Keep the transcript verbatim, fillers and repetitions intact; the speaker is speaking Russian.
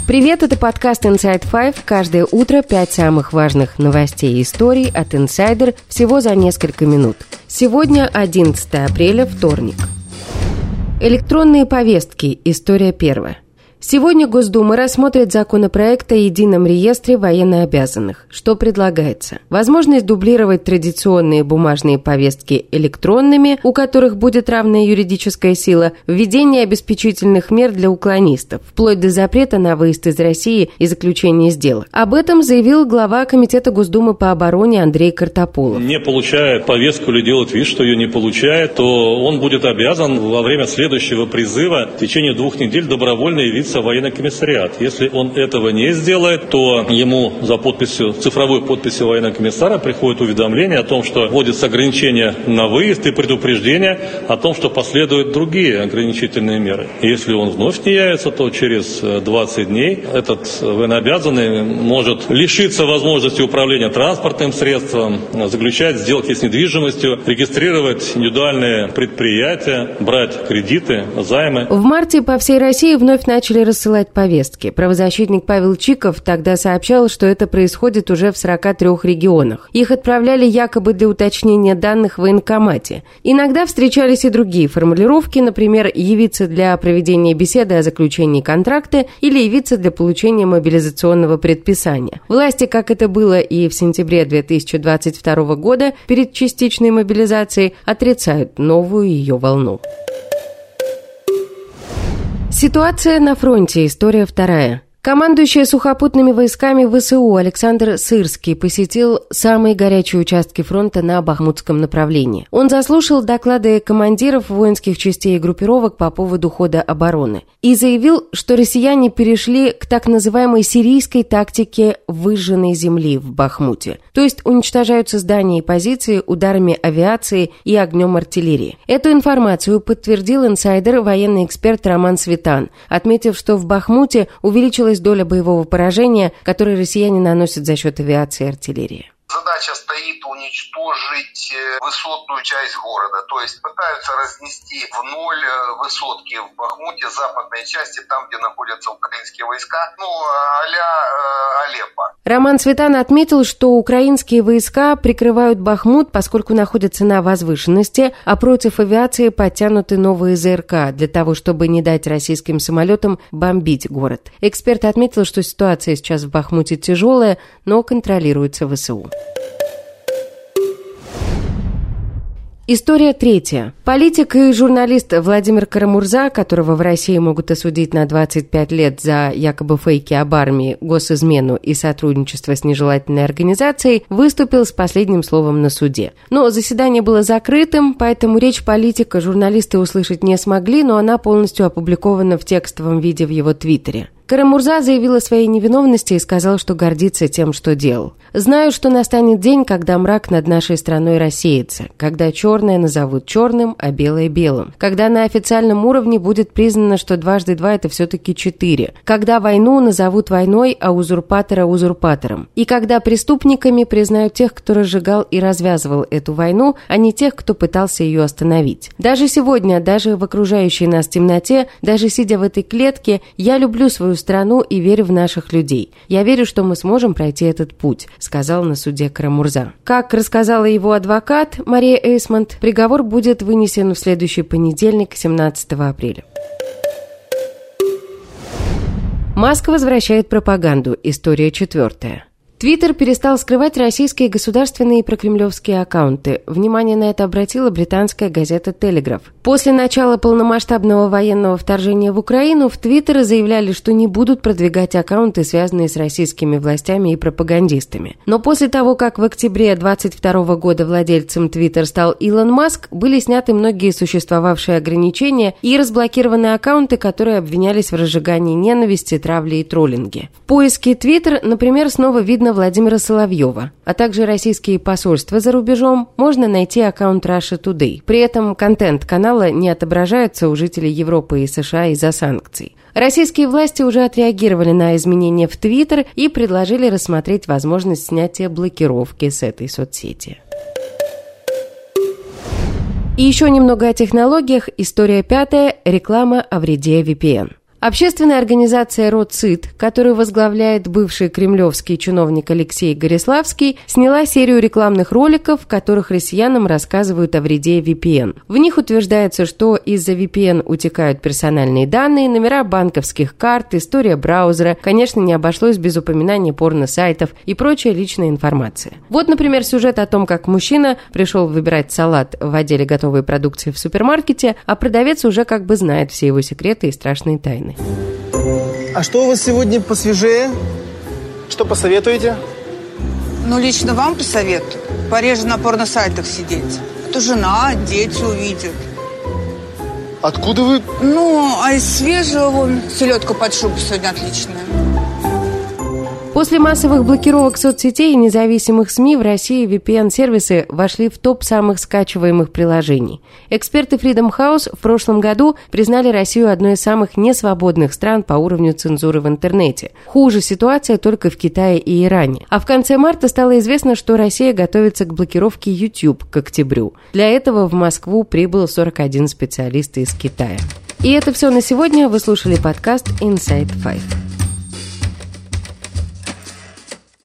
Привет, это подкаст Inside Five. Каждое утро пять самых важных новостей и историй от Insider всего за несколько минут. Сегодня одиннадцатое апреля, вторник. Электронные повестки. История первая. Сегодня Госдума рассмотрит законопроект о едином реестре военнообязанных. Что предлагается? Возможность дублировать традиционные бумажные повестки электронными, у которых будет равная юридическая сила, введение обеспечительных мер для уклонистов, вплоть до запрета на выезд из России и заключения сделок. Об этом заявил глава Комитета Госдумы по обороне Андрей Картополов. Не получает повестку или делает вид, что ее не получает, то он будет обязан во время следующего призыва в течение двух недель добровольно явиться в военный комиссариат. Если он этого не сделает, то ему за подписью, цифровой подписью военного комиссара приходит уведомление о том, что вводится ограничение на выезд и предупреждение о том, что последуют другие ограничительные меры. Если он вновь не явится, то через двадцать дней этот военнообязанный может лишиться возможности управления транспортным средством, заключать сделки с недвижимостью, регистрировать индивидуальные предприятия, брать кредиты, займы. В марте по всей России вновь начали рассылать повестки. Правозащитник Павел Чиков тогда сообщал, что это происходит уже в сорока трёх регионах. Их отправляли якобы для уточнения данных в военкомате. Иногда встречались и другие формулировки, например, явиться для проведения беседы о заключении контракта или явиться для получения мобилизационного предписания. Власти, как это было и в сентябре две тысячи двадцать второго года, перед частичной мобилизацией, отрицают новую ее волну. Ситуация на фронте. История вторая. Командующий сухопутными войсками ВСУ Александр Сырский посетил самые горячие участки фронта на Бахмутском направлении. Он заслушал доклады командиров воинских частей и группировок по поводу хода обороны и заявил, что россияне перешли к так называемой сирийской тактике выжженной земли в Бахмуте, то есть уничтожаются здания и позиции ударами авиации и огнем артиллерии. Эту информацию подтвердил инсайдер, военный эксперт Роман Светан, отметив, что в Бахмуте увеличилась доля боевого поражения, которое россияне наносят за счет авиации и артиллерии. Задача стоит уничтожить высотную часть города, то есть пытаются разнести в ноль высотки в Бахмуте, западной части, там, где находятся украинские войска, ну, а-ля э, Алеппо. Роман Светан отметил, что украинские войска прикрывают Бахмут, поскольку находятся на возвышенности, а против авиации подтянуты новые ЗРК для того, чтобы не дать российским самолетам бомбить город. Эксперт отметил, что ситуация сейчас в Бахмуте тяжелая, но контролируется ВСУ. История третья. Политик и журналист Владимир Карамурза, которого в России могут осудить на двадцать пять лет за якобы фейки об армии, госизмену и сотрудничество с нежелательной организацией, выступил с последним словом на суде. Но заседание было закрытым, поэтому речь политика журналисты услышать не смогли, но она полностью опубликована в текстовом виде в его твиттере. Карамурза заявил о своей невиновности и сказал, что гордится тем, что делал. «Знаю, что настанет день, когда мрак над нашей страной рассеется, когда черное назовут черным, а белое белым, когда на официальном уровне будет признано, что дважды два – это все-таки четыре, когда войну назовут войной, а узурпатора – узурпатором, и когда преступниками признают тех, кто разжигал и развязывал эту войну, а не тех, кто пытался ее остановить. Даже сегодня, даже в окружающей нас темноте, даже сидя в этой клетке, я люблю свою страну и верю в наших людей. Я верю, что мы сможем пройти этот путь», — сказал на суде Карамурза. Как рассказала его адвокат Мария Эйсмонт, приговор будет вынесен в следующий понедельник, семнадцатого апреля. Маск возвращает пропаганду. История четвертая. Твиттер перестал скрывать российские государственные и прокремлевские аккаунты. Внимание на это обратила британская газета «Телеграф». После начала полномасштабного военного вторжения в Украину в Твиттер заявляли, что не будут продвигать аккаунты, связанные с российскими властями и пропагандистами. Но после того, как в октябре двадцать второго года владельцем Твиттер стал Илон Маск, были сняты многие существовавшие ограничения и разблокированы аккаунты, которые обвинялись в разжигании ненависти, травле и троллинге. В поиске Твиттер, например, снова видно Владимира Соловьева, а также российские посольства за рубежом, можно найти аккаунт Russia Today. При этом контент канала не отображается у жителей Европы и США из-за санкций. Российские власти уже отреагировали на изменения в Твиттер и предложили рассмотреть возможность снятия блокировки с этой соцсети. И еще немного о технологиях. История пятая. Реклама о вреде ви пи эн. Общественная организация «Роцит», которую возглавляет бывший кремлевский чиновник Алексей Гориславский, сняла серию рекламных роликов, в которых россиянам рассказывают о вреде ви пи эн. В них утверждается, что из-за ви пи эн утекают персональные данные, номера банковских карт, история браузера, конечно, не обошлось без упоминания порно-сайтов и прочая личная информация. Вот, например, сюжет о том, как мужчина пришел выбирать салат в отделе готовой продукции в супермаркете, а продавец уже как бы знает все его секреты и страшные тайны. А что у вас сегодня посвежее? Что посоветуете? Ну, лично вам посоветую. Пореже на порно-сайтах сидеть. А то жена, дети увидят. Откуда вы? Ну, а из свежего вон селедка под шубу сегодня отличная. После массовых блокировок соцсетей и независимых СМИ в России ви пи эн-сервисы вошли в топ самых скачиваемых приложений. Эксперты Freedom House в прошлом году признали Россию одной из самых несвободных стран по уровню цензуры в интернете. Хуже ситуация только в Китае и Иране. А в конце марта стало известно, что Россия готовится к блокировке YouTube к октябрю. Для этого в Москву прибыл сорок один специалист из Китая. И это все на сегодня. Вы слушали подкаст Inside Five.